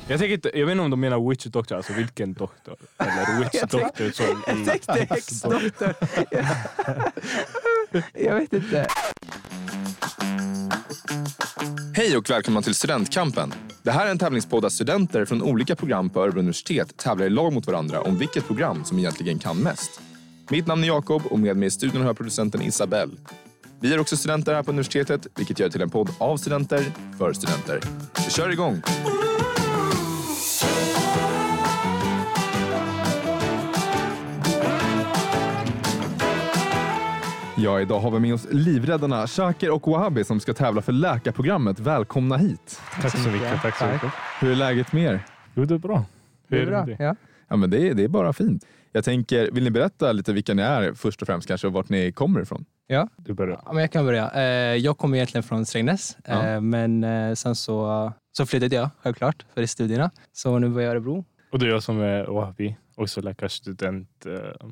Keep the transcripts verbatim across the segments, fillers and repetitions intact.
Jag tänker inte, jag vet inte om de menar witch doctor, alltså vilken doktor. Eller witch doctor som jag tänkte häxdoktor. Jag vet inte. Hej och välkomna till Studentkampen. Det här är en tävlingspodd där studenter från olika program på Örebro universitet tävlar i lag mot varandra om vilket program som egentligen kan mest. Mitt namn är Jakob och med mig i studion har jag producenten Isabelle. Vi är också studenter här på universitetet, vilket gör till en podd av studenter för studenter. Vi kör igång! Ja, idag har vi med oss livräddarna Shaker och Wahabi som ska tävla för läkarprogrammet. Välkomna hit. Tack så mycket. Tack så mycket. Hur är läget med er? Jo, det är bra. Hur är det? Ja. Ja, men det är, det är bara fint. Jag tänker, vill ni berätta lite vilka ni är först och främst kanske och vart ni kommer ifrån? Ja, Du börjar. ja men jag kan börja. Eh, Jag kommer egentligen från Strängnäs, Ja. eh, men eh, sen så, så flyttade jag självklart för studierna. Så nu bor jag i Örebro. Och det är jag som är Wahabi, också läkarstudent eh,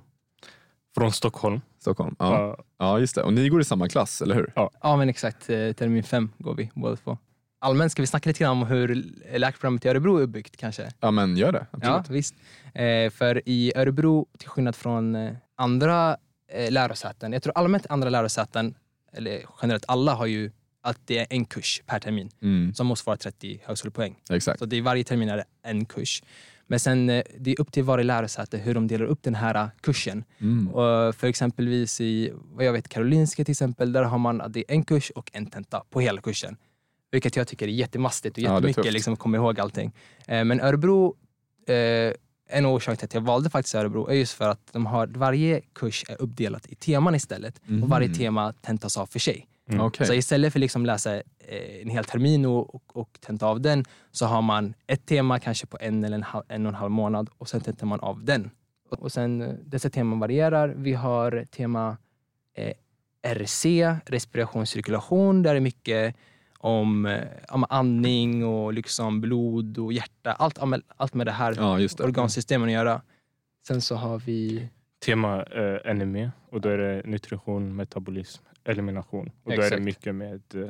från Stockholm. Stockholm? Ja. Uh, Ja, just det. Och ni går i samma klass, eller hur? Ja, men exakt. eh, Termin fem går vi båda två. Allmänt ska vi snacka lite grann om hur läkarprogrammet i Örebro är byggt kanske. Ja, men gör det. Absolut. Ja, visst. Eh, för i Örebro, till skillnad från eh, andra eh, lärosäten, jag tror allmänt andra lärosäten, eller generellt alla har ju att det är en kurs per termin Mm, som motsvarar trettio högskolepoäng. exakt. Så det är varje termin är det en kurs. Men sen eh, det är upp till varje lärosäte hur de delar upp den här eh, kursen. Mm. Och för exempelvis i, vad jag vet, Karolinska till exempel, där har man att det är en kurs och en tenta på hela kursen. Vilket jag tycker är jättemastigt och Ja, det är jättemycket tufft. liksom, att komma ihåg allting. Eh, men Örebro, eh, en orsak till att jag valde faktiskt Örebro är just för att de har, varje kurs är uppdelat i teman istället. Mhm. Och varje tema tentas av för sig. mm. Okej. Så istället för liksom läsa eh, en hel termin och, och, och tenta av den, så har man ett tema kanske på en eller en, halv, en och en halv månad och sen tentar man av den. Och, och sen eh, dessa teman varierar. Vi har tema eh, R C, respirationscirkulation, där det är mycket om, eh, om andning och liksom blod och hjärta. Allt, allt med det här Ja, just det. organsystemen att göra. Sen så har vi... Tema eh, N M E och då är det nutrition, metabolism, elimination. Och då är Exakt. det mycket med eh,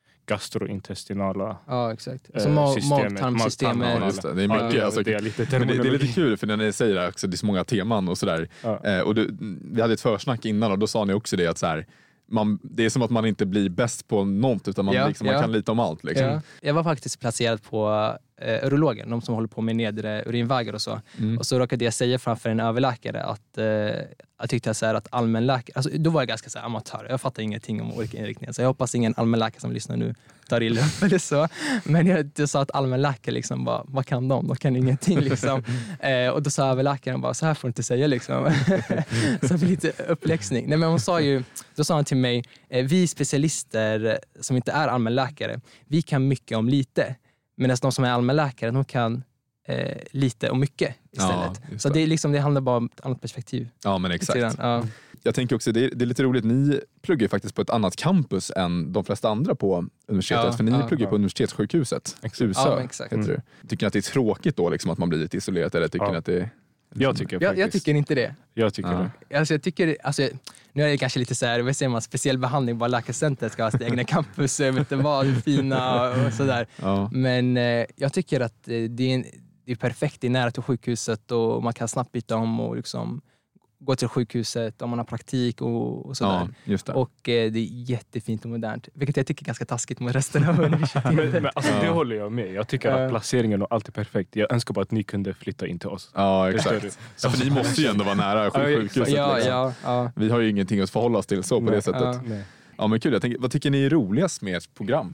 gastrointestinala Ja, exakt. eh, Så ma- systemet, mag-tarmsystemet. mag-tarmhormonala. Ja, just det. Det är Ja, mycket, det, alltså, det är lite Men det, det är terminologi. lite kul för när ni säger det också, det är så många teman och sådär. Ja. Eh, och du, vi hade ett försnack innan och då sa ni också det att så här, man, det är som att man inte blir bäst på något utan man, Ja, liksom, ja. man kan lite om allt. Liksom. Ja. Jag var faktiskt placerad på eh, urologen, de som håller på med nedre urinvägar och så. Mm. Och så råkade jag säga framför en överläkare att eh, jag tyckte så här att allmänläkare, alltså då var jag ganska så här amatör, jag fattar ingenting om olika inriktningar, så jag hoppas ingen allmänläkare som lyssnar nu tar illa upp eller så. Men jag, jag sa att allmänläkare liksom bara, vad kan de? De kan ingenting liksom. eh, och då sa överläkaren bara, så här får du inte säga liksom. Så det blir lite uppläxning. Nej, men hon sa ju, då sa han till mig, eh, vi specialister som inte är allmänläkare, vi kan mycket om lite. Medan de som är allmänläkare, de kan eh, lite och mycket istället. Ja, just så det. det, är liksom, det handlar bara om ett annat perspektiv. Ja, men exakt. Ja. Jag tänker också, det är, det är lite roligt, ni pluggar ju faktiskt på ett annat campus än de flesta andra på universitetet. Ja, för ni ja, pluggar ja. på universitetssjukhuset. Exakt. U S Ö, Ja, men exakt. heter det. Tycker ni att det är tråkigt då liksom, att man blir lite isolerat? Eller tycker Ja. ni att det är... Jag tycker Jag, faktiskt. jag tycker inte det. Jag tycker Ja. det. Alltså, jag tycker, alltså, nu är det kanske lite så här, vad säger man, speciell behandling, bara läkarcentret ska ha sitt egna campus, jag vet inte vad, fina och sådär. Ja. Men eh, jag tycker att eh, det, är en, det är perfekt, det är nära till sjukhuset och man kan snabbt byta om och liksom gå till sjukhuset om man har praktik och, och sådär. Ja, just det. Och eh, det är jättefint och modernt, vilket jag tycker är ganska taskigt mot resten av universitetet. Men, men alltså, Ja. det håller jag med. Jag tycker Ja. att placeringen och allt är perfekt. Jag önskar bara att ni kunde flytta in till oss. Ja, Förstår exakt. Ja, för ni måste ju ändå vara nära Ja, sjukhuset. exakt. ja, liksom. ja, ja. Vi har ju ingenting att förhålla oss till så på Nej. det sättet. Ja. Nej. Ja, men kul. Jag tänker, vad tycker ni är roligast med ert program?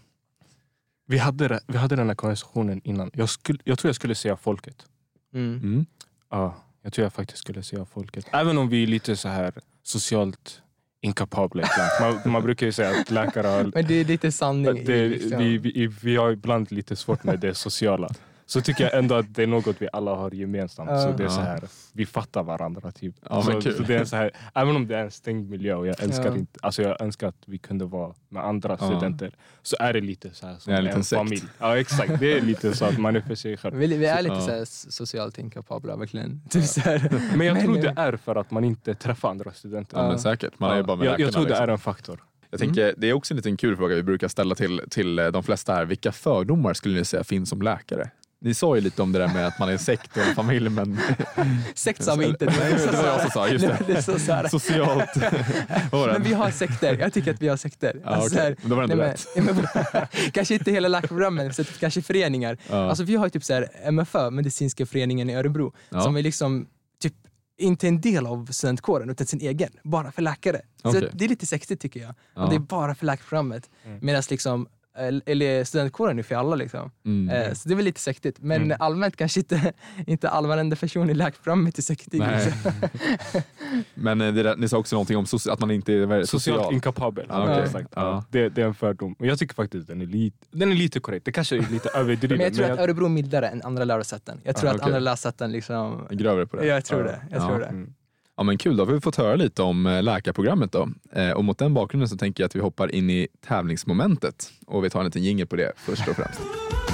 Vi, hade, det- vi hade den här konversationen innan. Jag, skulle, jag tror jag skulle säga folket. Mm. Mm. Ja, jag tror jag faktiskt skulle säga folket. Även om vi är lite så här socialt inkapabla ibland. Man, man brukar ju säga att läkare har... Men det är lite sanning. i, Det, liksom. vi, vi, vi har ibland lite svårt med det sociala. Så tycker jag ändå att det är något vi alla har gemensamt. Ja. Så det är så Ja. här, vi fattar varandra typ. Ja, men så, kul. så det är så här, även om det är en stängd miljö och jag älskar Ja. inte, alltså jag önskar att vi kunde vara med andra Ja. studenter. Så är det lite så här som Det är en liten en sekt. familj. Ja, exakt. Det är lite så att man är för sig själv. Vi, vi är lite Ja. så här socialt inkapabla verkligen. Typ så här. Men jag tror Men, det eh, är för att man inte träffar andra studenter. Ja, Ja. men säkert. Man är ju bara med jag, jag läkarna, tror det liksom. är en faktor. Jag tänker, det är också en liten kul fråga vi brukar ställa till, till de flesta här. Vilka fördomar skulle ni säga finns som läkare? Ni sa ju lite om det där med att man är en sekt och en familj, men... Sekt sa vi inte. Nej, det var jag som sa, just det. Det är så så här. Socialt. Men vi har sekter. Jag tycker att vi har sekter. Ja, alltså, okay. Men då var det ändå rätt. Men, kanske inte hela läkarprogrammen, så kanske föreningar. Ja. Alltså vi har ju typ så här M F Ö, medicinska föreningen i Örebro, ja. som är liksom typ inte en del av studentkåren utan sin egen, bara för läkare. Okay. Så det är lite sektigt tycker jag. Ja. Och det är bara för läkarprogrammet. Mm. Medan liksom eller studentkåren är för alla liksom. Mm. Eh, så det är väl lite sektigt. Men mm. allmänt kanske inte, inte all varenda person i läkarprogrammet är sektig. Liksom. Men det där, ni sa också någonting om soci- att man inte är social. Socialt inkapabel. Ah, okay. ja. Ja. Det, det är en fördom. Och jag tycker faktiskt att den är lite, den är lite korrekt. Det kanske är lite överdrivet. Men jag tror men att jag... Örebro är mildare än andra lärosätten. Jag tror ah, att okay. andra lärosätten liksom... grövre på det. Jag tror det. Jag ja. tror det. Mm. Ja, men kul, då har vi fått höra lite om läkarprogrammet då. Eh, och mot den bakgrunden så tänker jag att vi hoppar in i tävlingsmomentet. Och vi tar en liten jingle på det först och främst.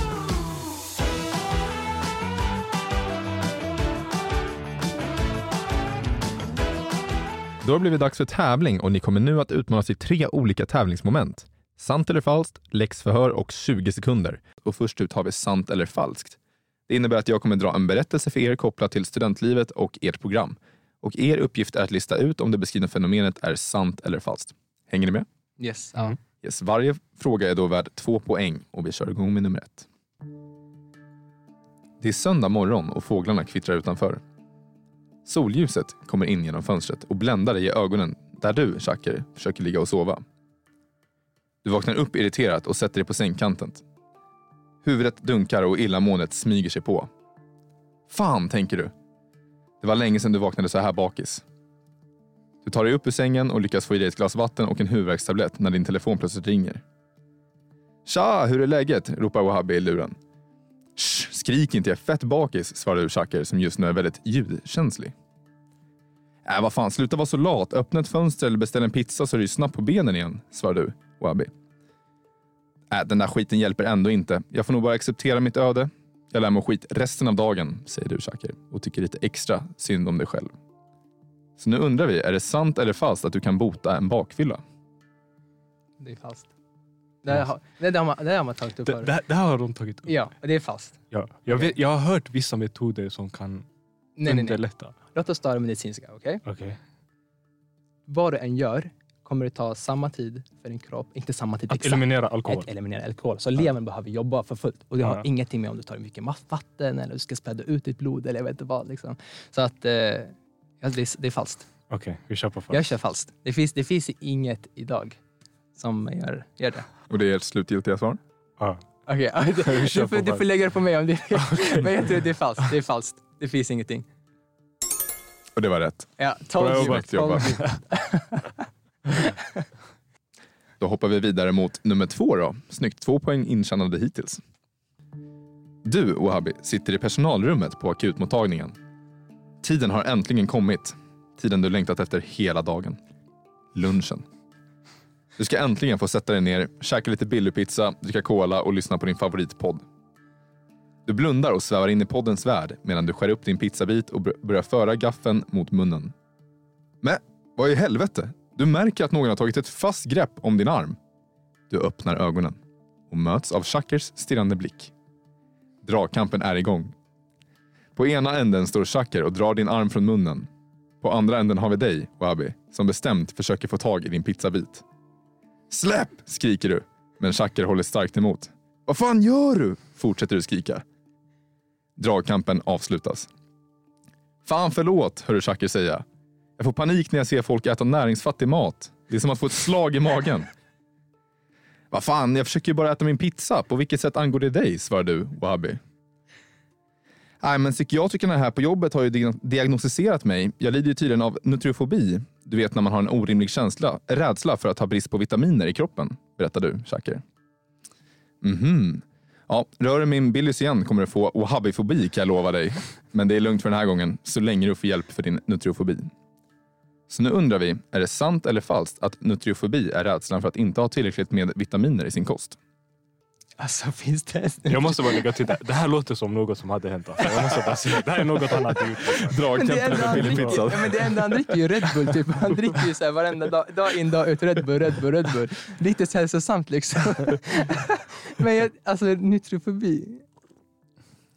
Då har det blivit dags för tävling och ni kommer nu att utmanas i tre olika tävlingsmoment. Sant eller falskt, läxförhör och tjugo sekunder. Och först ut har vi sant eller falskt. Det innebär att jag kommer dra en berättelse för er kopplat till studentlivet och ert program. Och er uppgift är att lista ut om det beskrivna fenomenet är sant eller falskt. Hänger ni med? Yes. Mm. Yes. Varje fråga är då värd två poäng och vi kör igång med nummer ett. Det är söndag morgon och fåglarna kvittrar utanför. Solljuset kommer in genom fönstret och bländar dig i ögonen där du, Shaker, försöker ligga och sova. Du vaknar upp irriterat och sätter dig på sängkanten. Huvudet dunkar och illamåendet smyger sig på. Fan, tänker du. Det var länge sedan du vaknade så här bakis. Du tar dig upp ur sängen och lyckas få i dig ett glas vatten och en huvudvärkstablett när din telefon plötsligt ringer. Tja, hur är läget? Ropar Wahhabi i luren. Shh, skrik inte, jag är fett bakis, svarar du Shaker som just nu är väldigt ljudkänslig. Äh, vad fan, sluta vara så lat. Öppna ett fönster eller beställ en pizza så är du snabbt på benen igen, svarar du, Wahhabi. Äh, den där skiten hjälper ändå inte. Jag får nog bara acceptera mitt öde. Jag lär mig skit resten av dagen, säger du, Shaker, och tycker lite extra synd om dig själv. Så nu undrar vi, är det sant eller falskt att du kan bota en bakfylla? Det är falskt. Det, har, det, har, man, det har man tagit upp det, det, det här har de tagit upp. Ja, det är falskt. Ja, jag, vet, jag har hört vissa metoder som kan nej, underlätta. Nej, nej. Låt oss ta det medicinska, okej? Okay? Okay. Vad du än gör kommer det ta samma tid för din kropp. Inte samma tid. Att exakt. eliminera alkohol. Att eliminera alkohol. Så ja. levern behöver jobba för fullt. Och det har ja. ingenting med om du tar mycket vatten eller du ska späda ut ditt blod eller jag vet inte vad. Liksom. Så att eh, ja, det, är, det är falskt. Okej, okay, vi kör på falskt. Jag kör falskt. Det finns, det finns inget idag som gör, gör det. Och det är ett slutgiltiga svar? Ja. Okej, okay, du, du, får, du får lägga det på mig om det okay. Men jag tror det är falskt. Det är falskt. Det finns ingenting. Och det var rätt. Ja, tolv jobbat. Då hoppar vi vidare mot nummer två då. Snyggt, två poäng intjänade hittills. Du, Wahhabi, sitter i personalrummet på akutmottagningen. Tiden har äntligen kommit. Tiden du längtat efter hela dagen. Lunchen. Du ska äntligen få sätta dig ner, käka lite billig pizza, dricka cola och lyssna på din favoritpodd. Du blundar och svävar in i poddens värld medan du skär upp din pizzabit och börjar föra gaffeln mot munnen. Men, vad i helvete? Du märker att någon har tagit ett fast grepp om din arm. Du öppnar ögonen och möts av Shakers stirrande blick. Dragkampen är igång. På ena änden står Shaker och drar din arm från munnen. På andra änden har vi dig, Wahhabi, som bestämt försöker få tag i din pizzabit. Släpp, skriker du, men Shaker håller starkt emot. Vad fan gör du? Fortsätter du skrika. Dragkampen avslutas. Fan förlåt, hör du Shaker säga. Jag får panik när jag ser folk äta näringsfattig mat. Det är som att få ett slag i magen. Vad fan, jag försöker ju bara äta min pizza. På vilket sätt angår det dig, svarar du, Wahhabi. Nej, men psykiatrikerna här på jobbet har ju diagnostiserat mig. Jag lider ju tydligen av nutriofobi. Du vet när man har en orimlig känsla, rädsla för att ha brist på vitaminer i kroppen, berättar du, Shaker. Mhm. Ja, rör du min Billys igen kommer du få Wahhabi-fobi, kan jag lova dig. Men det är lugnt för den här gången, så länge du får hjälp för din nutriofobi. Så nu undrar vi, är det sant eller falskt att nutriofobi är rädslan för att inte ha tillräckligt med vitaminer i sin kost? Alltså finns det... Jag måste bara lägga till det. Det här låter som något som hade hänt. Jag måste bara säga, det här är något han hade gjort. Dragkampen med billig pizza. Ja, men det enda han dricker ju Red Bull typ. Han dricker ju så här varenda dag, dag in, dag ut. Red Bull, Red Bull, Red Bull. Lite hälsosamt liksom. Men jag, alltså nutriofobi.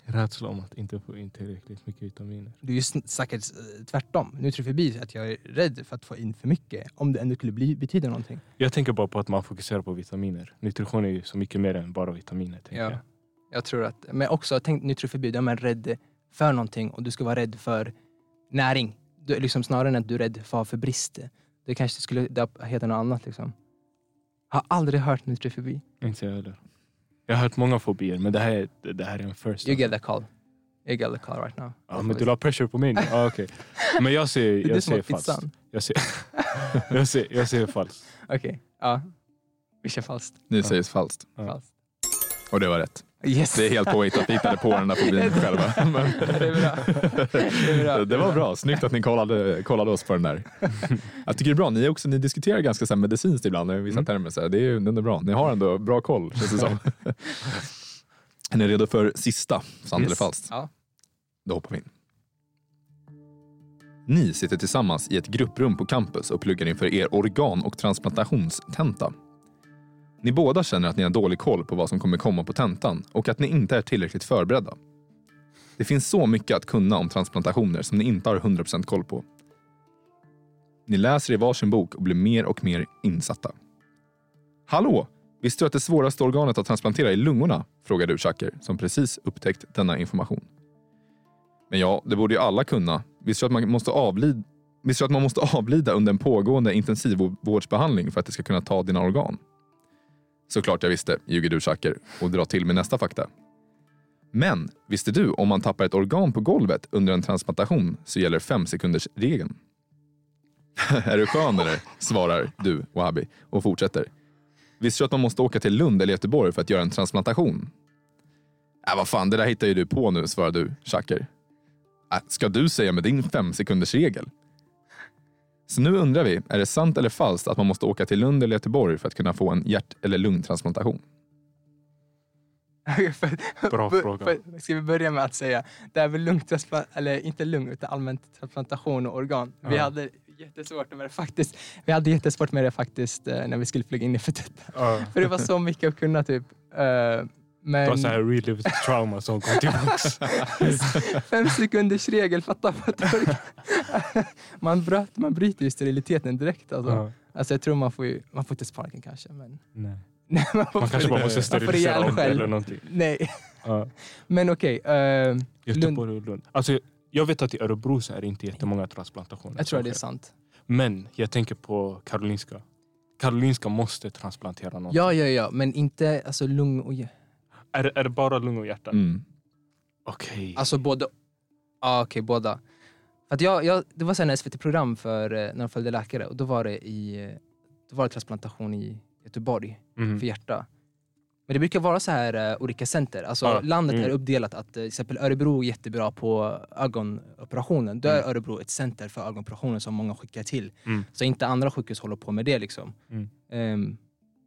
Rädsla om att inte få in tillräckligt mycket vitaminer. Det är ju säkert tvärtom. Nutrifobi att jag är rädd för att få in för mycket. Om det ändå skulle bli, betyda någonting. Jag tänker bara på att man fokuserar på vitaminer. Nutrition är ju så mycket mer än bara vitaminer. Tänker Ja, jag. jag tror att... Men också, tänk nutrifobi, då är man rädd för någonting. Och du ska vara rädd för näring. Du, liksom, snarare än att du är rädd för, för brist. Det kanske skulle det heta något annat. Liksom. Jag har aldrig hört nutrifobi. Inte jag heller. Jag har hört många fobier, men det här är, det här är en first. You get the call. You get the call right now. Ja, men du la pressure på mig nu. Ah, okay. Men jag ser, jag ser falskt. Jag ser, jag ser, jag ser falskt. Okej, okay. Ja. Vi kör falskt. Ni säger falskt. Ja. Falskt. Och det var rätt. Yes. Det är helt påhittat. Vi hittade på den där fobin själva. Men... det, är bra. det är bra. Det var bra. Snyggt att ni kollade, kollade oss på den där. Jag tycker det är bra. Ni, också, ni diskuterar ganska så här medicinskt ibland i vissa mm. termer. Så här. Det är, den är bra. Ni har ändå bra koll, känns det som. Är ni redo för sista? Sant yes. eller falskt? Ja. Då hoppar vi in. Ni sitter tillsammans i ett grupprum på campus och pluggar inför er organ- och transplantationstenta. Ni båda känner att ni har dålig koll på vad som kommer komma på tentan och att ni inte är tillräckligt förberedda. Det finns så mycket att kunna om transplantationer som ni inte har hundra procent koll på. Ni läser i varsin bok och blir mer och mer insatta. Hallå! Visste du att det svåraste organet att transplantera är lungorna? Frågar du Chacker, som precis upptäckt denna information. Men ja, det borde ju alla kunna. Visste du att man måste avlida, visste du att man måste avlida under en pågående intensivvårdsbehandling för att det ska kunna ta dina organ? Såklart jag visste, ljuger du Chacker, och drar till med nästa fakta. Men visste du om man tappar ett organ på golvet under en transplantation så gäller fem sekunders regeln? Är du skön eller? Svarar du, Wahabi, och fortsätter. Visste du att man måste åka till Lund eller Göteborg för att göra en transplantation? Äh, vad fan, det där hittar ju du på nu, svarar du, Chacker. Äh, ska du säga med din fem sekunders regel? Så nu undrar vi, är det sant eller falskt att man måste åka till Lund eller Göteborg för att kunna få en hjärt- eller lungtransplantation? Bra fråga. För, ska vi börja med att säga, det är väl lungtransplantation, eller inte lung utan allmänt transplantation och organ. Ja. Vi hade jättesvårt med det faktiskt. Vi hade jättesvårt med det faktiskt när vi skulle flyga in i för detta. Ja. För det var så mycket att kunna typ. Uh, men... Det var så här relived trauma som kom tillbaks. Fem sekunders regel, fatta på att man, bröt, man bryter ju steriliteten direkt. Alltså. Ja. Alltså jag tror man får ju, man får inte sparken kanske. Men... Nej. Nej, man, man kanske bara måste sterilisera om eller någonting. Nej. Ja. Men okej. Okay, uh, Göteborg och Lund. Alltså, jag vet att i Örebro så är det inte jättemånga transplantationer. Jag tror att det är sant. Men jag tänker på Karolinska. Karolinska måste transplantera något. Ja, ja, ja. Men inte alltså, lung och hjärta. Är, är det bara lung och hjärta? Mm. Okej. Okay. Alltså både... Ja, okej, okay, båda. För att jag, jag, det var så en S V T-program för när jag följde läkare. Och då var det i... Då var det transplantation i Göteborg mm. för hjärta. Men det brukar vara så här uh, olika center. Alltså ah, landet mm. är uppdelat att uh, till exempel Örebro är jättebra på ögonoperationen. Då är mm. Örebro ett center för ögonoperationen som många skickar till. Mm. Så inte andra sjukhus håller på med det liksom. Mm. Um,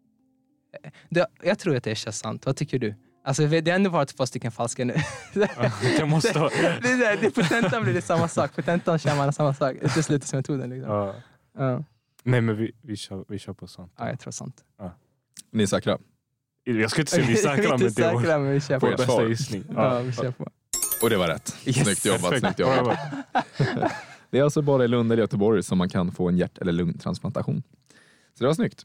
det, jag tror att det är sant. Vad tycker du? Alltså det har ändå varit två stycken falska nu. Ja, jag måste ha... det, det, det, det, på tentan blir det samma sak. På tentan kör man samma sak. Det slutar metoden liksom. Ja. Ja. Nej men vi, vi, kör, vi kör på sant. Ja, jag tror sant. Ja. Ni är säkra? Jag ska inte säga vi är säkra, men det är säkra, men vi kör på. Vår bästa gissning. Ja, ja, vi kör på. Och det var rätt. Yes. Snyggt jobbat, snyggt jobbat. Det är alltså bara i Lund eller Göteborg som man kan få en hjärt- eller lungtransplantation. Så det var snyggt.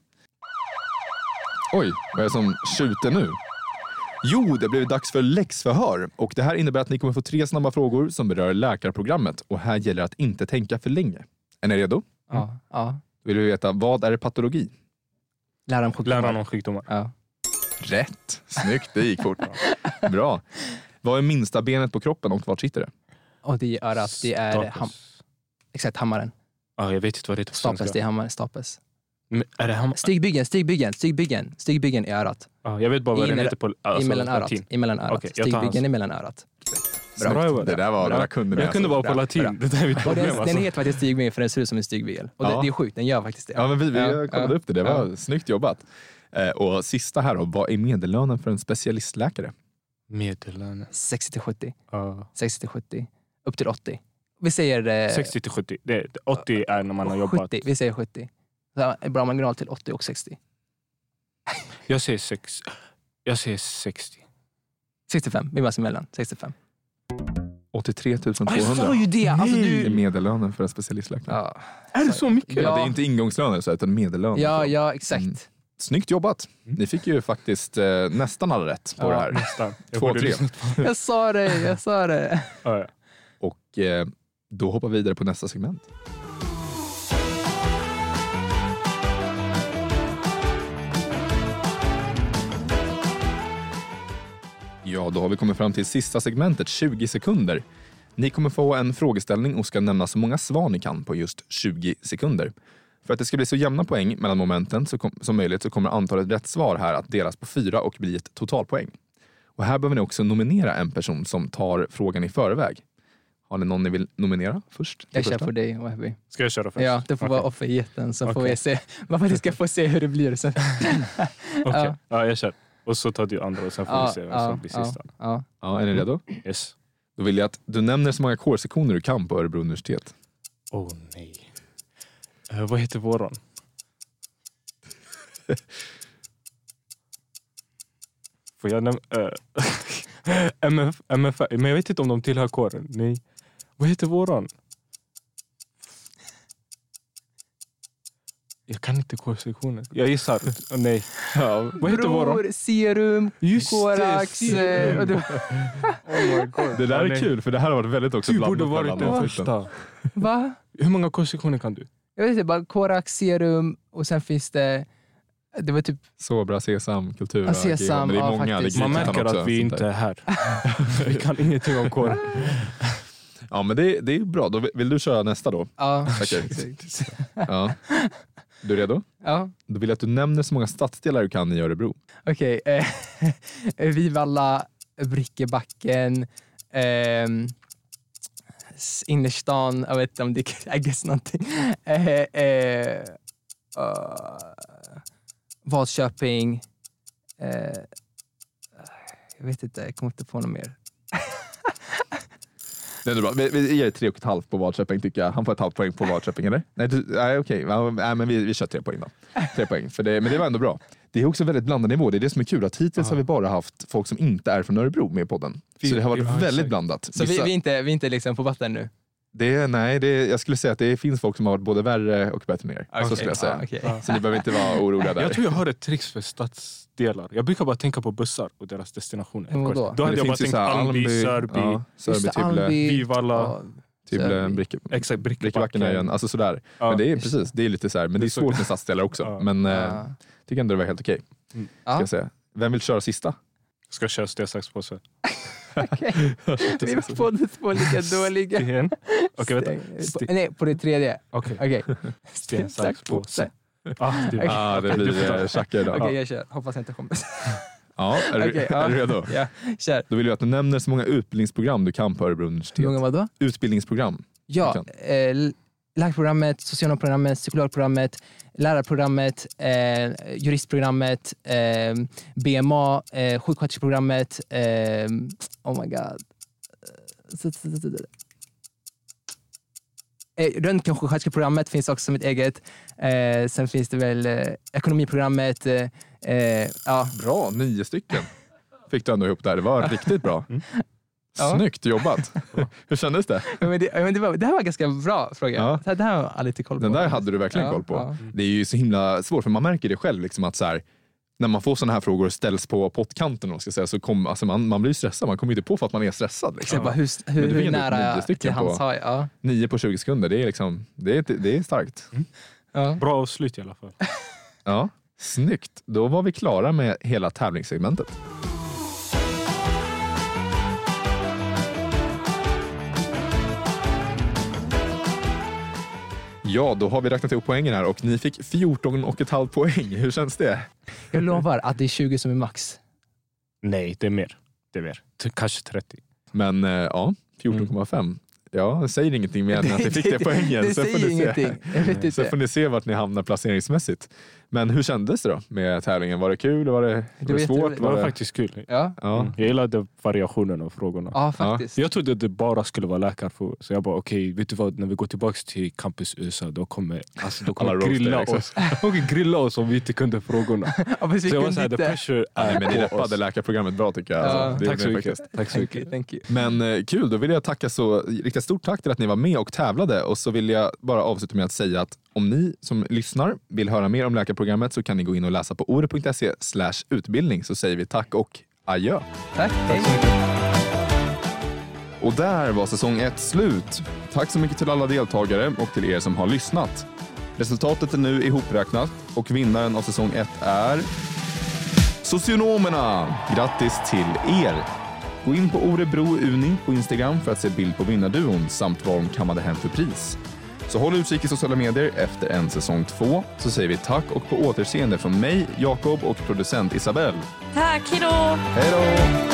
Oj, vad är det som tjuter nu? Jo, det blev dags för läxförhör. Och det här innebär att ni kommer få tre snabba frågor som berör läkarprogrammet. Och här gäller att inte tänka för länge. Är ni redo? Ja. Mm. Ja. Vill du veta, vad är patologi? Lära om sjukdomar. Lära om sjukdomar. Ja. Rätt. Snyggt, det gick fort. Bra. Vad är minsta benet på kroppen och var sitter det? Och det är örat. Det är ham- exakt hammaren. Ja, jag vet inte vad det är. Staples, det är hammaren. Staples. Men är det ham- Stigbyggen, stigbyggen, stigbyggen. Stigbyggen i örat. Ja, jag vet bara vad I den mell- heter på alltså, i mellan örat. I mellan örat. Okay, stigbyggen i mellan örat. Bra. Bra. Det där var det där kunde jag kunde vara på latin. Bra. Det där är mitt problem. Den, alltså. den heter faktiskt stigbyggen för den ser ut som en stigbygel. Och ja. det, det är sjukt, den gör faktiskt det. Ja, men vi, vi ja. kollade ja. upp det. Det var ja. snyggt jobbat. Eh, och sista här då. Vad är medellönen för en specialistläkare? Medellönen? sextio till sjuttio. Ja. sextio till sjuttio. Upp till åttio. Vi säger... Eh, sextio till sjuttio. Det, åttio är när man har jobbat. sjuttio. Vi säger sjuttio. Så är bra marginal till åttio och sextio. Jag säger sex. Jag säger sextio. sextiofem, vi var emellan. sextiofem. åttiotre tusen Jag sa tvåhundra ju det! Alltså, är du... medellönen för en specialistläkare. Ja. Är det så mycket? Ja. Ja, det är inte ingångslönen så, utan medellönen. Ja, ja, exakt. Mm. Snyggt jobbat. Ni fick ju faktiskt eh, nästan alla rätt på Ja, det här. Nästan. Jag Två, borde tre. lyssnat på- Jag sa det, jag sa det. Ja, ja. Och eh, då hoppar vi vidare på nästa segment. Ja, då har vi kommit fram till sista segmentet, tjugo sekunder. Ni kommer få en frågeställning och ska nämna så många svar ni kan på just tjugo sekunder. För att det ska bli så jämna poäng mellan momenten så kom, som möjligt så kommer antalet rätt svar här att delas på fyra och bli ett totalpoäng. Och här behöver ni också nominera en person som tar frågan i förväg. Har ni någon ni vill nominera först? Jag kör första? på dig, Wahbi. Ska jag köra först? Ja, det får Okej. vara offergeten så får Okej. vi se. Varför vi ska få se hur det blir sen. Okej. Ja. Ja, jag kör. Och så tar du andra och sen får vi se vem som blir sista. ja. Ja, är ni redo? Yes. Då vill jag att du nämner så många kårsektioner du kan på Örebro universitet. Åh oh, nej. Uh, vad heter våran? Får jag nämna... Uh, M F, M F, men jag vet inte om de tillhör kåren. Nej. Vad heter våran? Jag kan inte kårsektionen. Jag gissar. Oh, nej. Ja, vad heter våran? Bror, serum, Just korax. det, eh, och serum. det- Oh my God. Det där Ja, är nej. kul för det här har varit väldigt också Du borde blandat varit mellan den avsnitten. första. Va? Hur många kårsektioner kan du? Jag vet inte, bara korax, serum och sen finns det... Det var typ... Sobra, Sesam, Kultura, Ja, Sesam, men det är ja, många. faktiskt. Det är Man Grytan märker också, att vi sånt inte där. är här. Vi kan ingenting om kåren. Ja, men det, det är bra. Då vill du köra nästa då? Ja, Okej. exakt. Ja. Du är redo? Ja, Då vill jag att du nämner så många stadsdelar du kan i Örebro. okej. Eh, Vivalla, Brickebacken, ehm, s- innerstan, jag vet inte om det I guess någonting. Eh, eh, uh, Valköping. Eh, jag vet inte, jag kommer inte på något mer. Det är ändå bra. Vi, vi ger tre och ett halvt på Valköping tycker jag. Han får ett halvt poäng på Valköping, eller? Nej, du, nej okej. Ja, nej, men vi, vi kör tre poäng då. Tre poäng. För det, men det var ändå bra. Det är också väldigt blandad nivå. Det är det som är kul. Att hittills har vi bara haft folk som inte är från Örebro med i podden. Så det har varit Ja, väldigt exakt. blandat. Så vi, Vissa- vi, är inte, vi är inte liksom på vatten nu? det är, nej, det är, jag skulle säga att det finns folk som har varit både värre och bättre ner. Så Okej, skulle jag säga. ja, okej. Ja. Så ni behöver inte vara oroliga där. Jag tror jag har ett tricks för stadsdelar. Jag brukar bara tänka på bussar och deras destinationer. Men vadå? Då Men hade det jag bara finns ju tänkt så här Almby, Sörby, ja, Sörby, Just det, Tibble, Almby. Vivalla. Ja, Tibble, Sörby. Bricke, Exakt, Brickebacken är igen. Alltså sådär. Ja. Men det är just precis, det är lite så här, men det är Det är så- svårt med stadsdelar också. Ja. Men eh, Ja. tycker ändå det var helt okej. Ska Ja. jag säga. Vem vill köra sista? Ska jag köra sten, sax, påse? Okej. Vi var båda två lika dåliga. Igen? Okej, vänta. Sten- Nej, på det tredje. Okej. Okej. Sten, sax, påse. Ah, det Okej. Ah, det Okej, du får blir ta. eh, tjackar idag. Okej, jag kör. Hoppas jag inte kommer. Ja, är, du, Okej, ja. är du redo? Ja, kör. Då vill jag att du nämner så många utbildningsprogram du kan på Örebro universitet. Hur många var då? Utbildningsprogram. Ja, kan. eh, läkarprogrammet, socionomprogrammet, psykologprogrammet, lärarprogrammet, eh, juristprogrammet, eh, B M A, eh, sjuksköterskeprogrammet, eh, oh my god. Eh, Röntgensjuksköterskeprogrammet finns också som ett eget. Eh, sen finns det väl eh, ekonomiprogrammet. Eh, eh, ja. Bra, nio stycken. Fick du ändå ihop där. Det var riktigt bra. Ja. Snyggt jobbat. Hur kändes det? Ja, men det, ja, men det, var, det här var en ganska bra fråga. Ja. Det här- Det här har jag lite koll på. Den där hade du verkligen Ja, koll på. ja. Det är ju så himla svårt, för man märker det själv liksom att så här, när man får såna här frågor och ställs på pottkanten och ska säga, så kom, alltså man, man blir stressad. Man kommer inte på för att man är stressad. Så Liksom. jag bara, hur, Men hur, du fick hur ändå upp nära nio stycken till hans på- har jag? Ja. Nio på tjugo sekunder, det är, liksom, det är, det är starkt. Ja. Bra avslut i alla fall. Ja, snyggt. Då var vi klara med hela tävlingssegmentet. Ja, då har vi räknat ihop poängen här och ni fick fjorton och ett halvt poäng. Hur känns det? Jag lovar att det är tjugo som är max. Nej, det är mer. Det är mer. T- Kanske trettio. Men eh, ja, fjorton komma fem. Ja, det säger ingenting mer än att ni fick det poängen. Det Sen får säger ni se. ingenting. Jag vet Så får inte. ni se vart ni hamnar placeringsmässigt. Men hur kändes det då med tävlingen? Var det kul? Var det, var det svårt? Det var, var det faktiskt kul. Ja. Ja. Mm. Jag gillade variationen av frågorna. Ja, faktiskt. Jag trodde att det bara skulle vara läkarfrågor. Så jag bara, okej, okay, vet du vad? När vi går tillbaka till Campus U S A, då kommer, alltså, då kommer grilla roaster, oss. De kommer grilla oss om vi inte kunde frågorna. Ja, så jag var såhär, the pressure är men ni på rappade oss. läkarprogrammet bra tycker jag. Ja. Alltså, det Tack så mycket. faktiskt. Tack så Thank you, mycket. thank you. Men eh, kul, då vill jag tacka så, riktigt stort tack till att ni var med och tävlade. Och så vill jag bara avsluta med att säga att om ni som lyssnar vill höra mer om läkarprogrammet så kan ni gå in och läsa på ore punkt se slash utbildning, så säger vi tack och adjö. Tack, tack så mycket. Och där var säsong ett slut. Tack så mycket till alla deltagare och till er som har lyssnat. Resultatet är nu ihopräknat och vinnaren av säsong ett är Socionomerna. Grattis till er! Gå in på Orebro Uni på Instagram för att se bild på vinnarduon samt vad de kammade hem för pris. Så håll utkik i sociala medier efter en säsong två, så säger vi tack och på återseende från mig, Jakob och producent Isabelle. Tack, hejdå! Hej då!